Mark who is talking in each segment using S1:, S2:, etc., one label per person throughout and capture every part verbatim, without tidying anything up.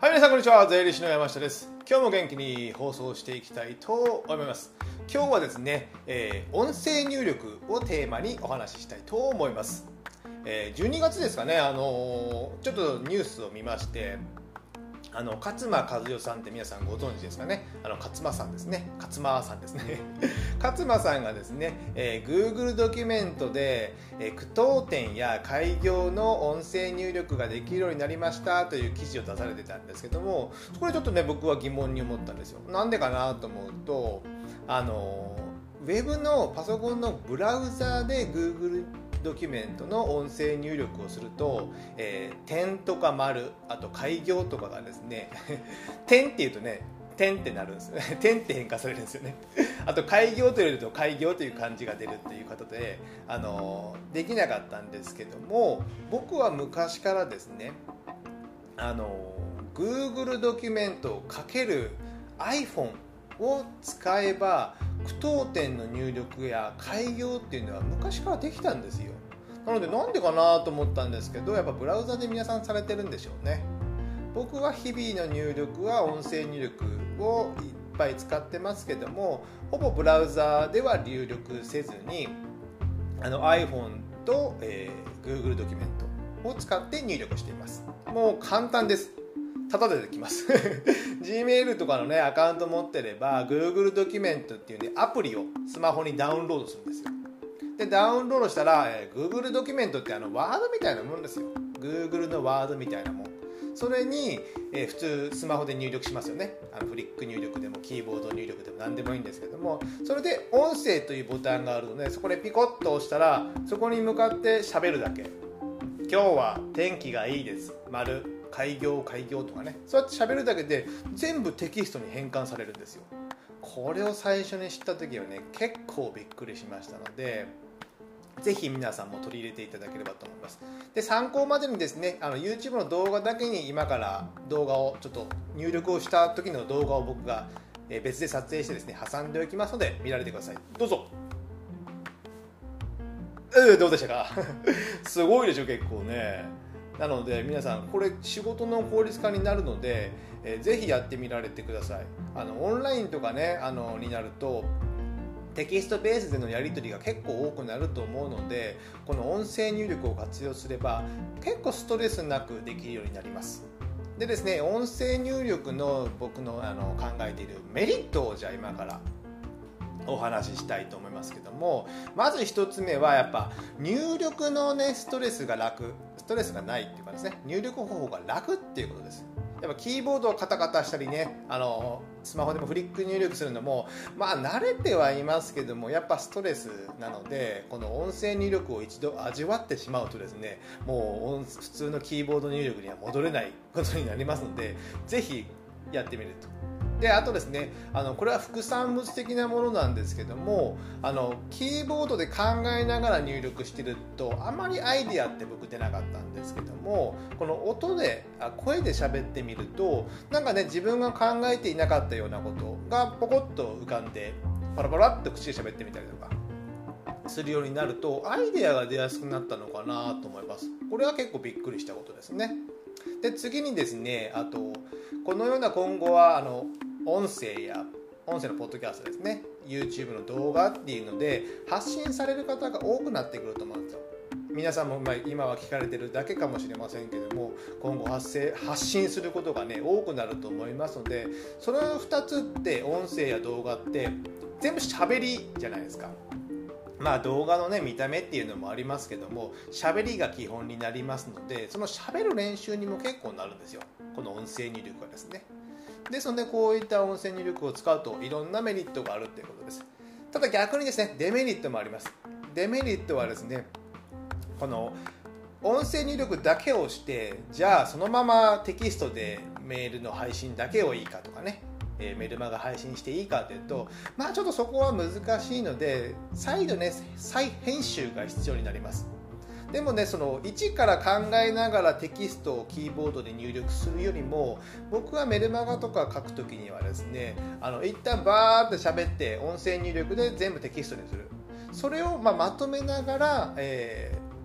S1: はい、皆さんこんにちは。税理士の山下です。今日も元気に放送していきたいと思います。今日はですね、えー、音声入力をテーマにお話ししたいと思います。えー、じゅうにがつですかね、あのー、ちょっとニュースを見まして、あの勝間和代さんって皆さんご存知ですかね。あの勝間さんですね。勝間さんですね。勝間さんがですね、えー、Google ドキュメントで、えー、句読点や開業の音声入力ができるようになりましたという記事を出されてたんですけども、これちょっとね僕は疑問に思ったんですよ。なんでかなと思うと、あのウェブのパソコンのブラウザで Googleドキュメントの音声入力をすると、えー、点とか丸、あと開業とかがですね点っていうとね点ってなるんですよね。点って変化されるんですよね。あと開業と入れると開業という漢字が出るっていうことで、あのできなかったんですけども、僕は昔からですね、あの Google ドキュメントをかける iPhone を使えば句読点の入力や開業っていうのは昔からできたんですよ。なのでなんでかなと思ったんですけど、やっぱブラウザで皆さんされてるんでしょうね。僕は日々の入力は音声入力をいっぱい使ってますけども、ほぼブラウザでは入力せずにあの iPhone と、えー、Google ドキュメントを使って入力しています。もう簡単です。ただでできます。Gmail とかのねアカウント持ってれば Google ドキュメントっていうねアプリをスマホにダウンロードするんですよ。でダウンロードしたら、えー、Google ドキュメントってあのワードみたいなもんですよ。 Google のワードみたいなもん。それに、えー、普通スマホで入力しますよね。あのフリック入力でもキーボード入力でも何でもいいんですけども、それで音声というボタンがあるので、そこでピコッと押したらそこに向かって喋るだけ。今日は天気がいいです丸、開業開業とかね、そうやって喋るだけで全部テキストに変換されるんですよ。これを最初に知った時はね結構びっくりしましたので、ぜひ皆さんも取り入れていただければと思います。で参考までにですね、あの YouTube の動画だけに今から動画をちょっと入力をした時の動画を僕が別で撮影してですね挟んでおきますので見られてください。どうぞ。えー、どうでしたか？すごいでしょ結構ね。なので皆さんこれ仕事の効率化になるので、えー、ぜひやってみられてください。あのオンラインとかねあのになるとテキストベースでのやり取りが結構多くなると思うので、この音声入力を活用すれば結構ストレスなくできるようになります。でですね、音声入力の僕の、あの考えているメリットをじゃあ今からお話ししたいと思いますけども、まず一つ目はやっぱ入力のねストレスが楽、ストレスがないっていうかですね、入力方法が楽っていうことです。やっぱキーボードをカタカタしたりね、あのスマホでもフリック入力するのもまあ慣れてはいますけども、やっぱストレスなので、この音声入力を一度味わってしまうとですね、もう普通のキーボード入力には戻れないことになりますので、ぜひやってみると。であとですね、あのこれは副産物的なものなんですけども、あのキーボードで考えながら入力してるとあまりアイデアって僕出なかったんですけども、この音であ声で喋ってみるとなんかね自分が考えていなかったようなことがポコッと浮かんでパラパラっと口で喋ってみたりとかするようになるとアイデアが出やすくなったのかなと思います。これは結構びっくりしたことですね。で次にですね、あとこのような今後はあの音声や音声のポッドキャストですね、 YouTube の動画っていうので発信される方が多くなってくると思うんですよ。皆さんもまあ今は聞かれてるだけかもしれませんけども、今後発生発信することがね多くなると思いますので、そのふたつって音声や動画って全部喋りじゃないですか。まあ動画のね見た目っていうのもありますけども、喋りが基本になりますので、その喋る練習にも結構なるんですよ、この音声入力はですね。ですのでこういった音声入力を使うといろんなメリットがあるということです。ただ逆にですねデメリットもあります。デメリットはですね、この音声入力だけをしてじゃあそのままテキストでメールの配信だけをいいかとかね、えー、メルマガ配信していいかというと、まあちょっとそこは難しいので再度ね再編集が必要になります。でもね、その一から考えながらテキストをキーボードで入力するよりも、僕はメルマガとか書くときにはですね、あの一旦バーって喋って音声入力で全部テキストにする。それをまあまとめながら、えー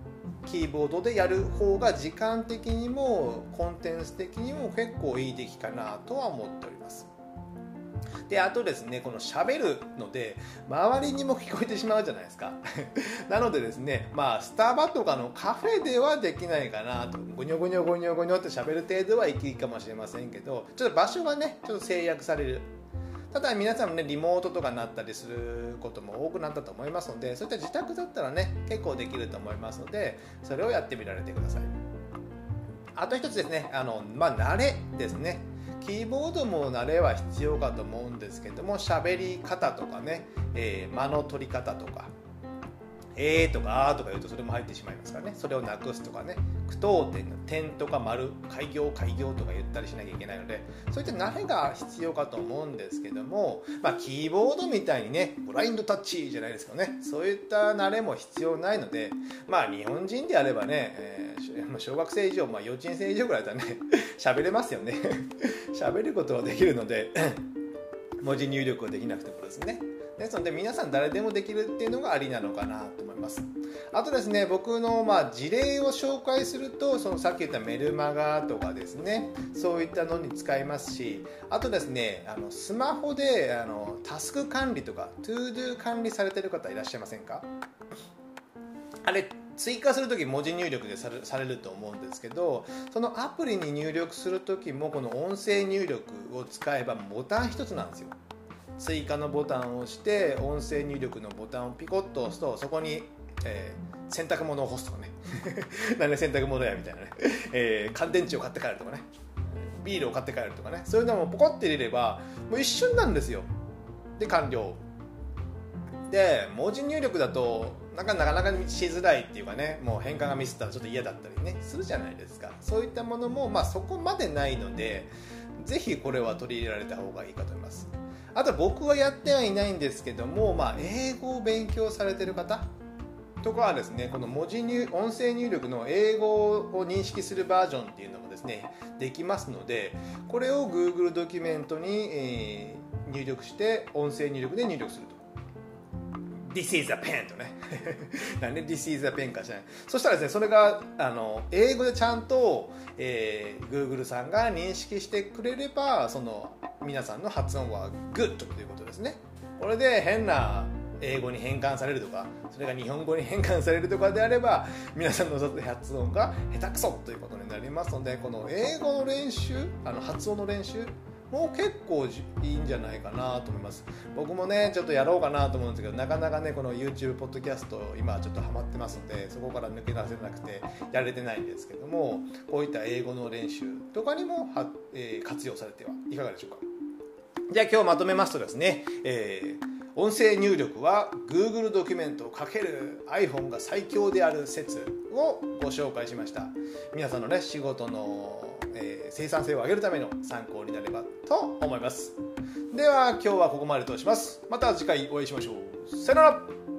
S1: キーボードでやる方が時間的にもコンテンツ的にも結構いい出来かなとは思っております。であとですね、この喋るので周りにも聞こえてしまうじゃないですかなのでですね、まあスタバとかのカフェではできないかなと、ゴニョゴニョゴニョゴニョって喋る程度はいいかもしれませんけど、ちょっと場所がねちょっと制約される。ただ皆さんもねリモートとかになったりすることも多くなったと思いますので、そういった自宅だったらね結構できると思いますので、それをやってみられてください。あと一つですね、あのまあ慣れですね。キーボードも慣れは必要かと思うんですけども、喋り方とかね、えー、間の取り方とか、えーとかあーとか言うとそれも入ってしまいますからね、それをなくすとかね、句読点の点とか丸、開業開業とか言ったりしなきゃいけないので、そういった慣れが必要かと思うんですけども、まあ、キーボードみたいにねブラインドタッチじゃないですけどね、そういった慣れも必要ないので、まあ日本人であればね、えー、小学生以上、まあ、幼稚園生以上ぐらいだったらね喋れますよね喋ることはできるので文字入力はできなくてもですね、ですので皆さん誰でもできるっていうのがありなのかなと思います。あとですね、僕のまあ事例を紹介すると、そのさっき言ったメルマガとかですね、そういったのに使いますし、あとですね、あのスマホであのタスク管理とかトゥードゥ管理されてる方いらっしゃいませんか？あれ追加するとき文字入力でされ、されると思うんですけど、そのアプリに入力するときもこの音声入力を使えばボタン一つなんですよ。追加のボタンを押して音声入力のボタンをピコッと押すと、そこに、えー、洗濯物を干すとかね何で洗濯物やみたいなね、えー、乾電池を買って帰るとかね、ビールを買って帰るとかね、そういうのもポコッて入れればもう一瞬なんですよ。で完了で、文字入力だとなかなかしづらいっていうかね、もう変換がミスったらちょっと嫌だったりねするじゃないですか。そういったものもまあそこまでないので、ぜひこれは取り入れられた方がいいかと思います。あと僕はやってはいないんですけども、まあ、英語を勉強されている方とかはですね、この文字入音声入力の英語を認識するバージョンっていうのもですねできますので、これを Google ドキュメントに、えー、入力して音声入力で入力すると。This is a pen とねなんで This is a pen かしらない。そしたらですね、それがあの英語でちゃんと、えー、Google さんが認識してくれれば、その皆さんの発音は Good ということですね。これで変な英語に変換されるとか、それが日本語に変換されるとかであれば、皆さんの発音が下手くそということになりますので、この英語の練習、あの発音の練習もう結構いいんじゃないかなと思います。僕もねちょっとやろうかなと思うんですけど、なかなかねこの YouTube ポッドキャスト今ちょっとハマってますので、そこから抜け出せなくてやれてないんですけども、こういった英語の練習とかにもは、えー、活用されてはいかがでしょうか。じゃあ今日まとめますとですね、えー音声入力は Google ドキュメント×アイフォンが最強である説をご紹介しました。皆さんのね仕事の、えー、生産性を上げるための参考になればと思います。では今日はここまでとします。また次回お会いしましょう。さよなら。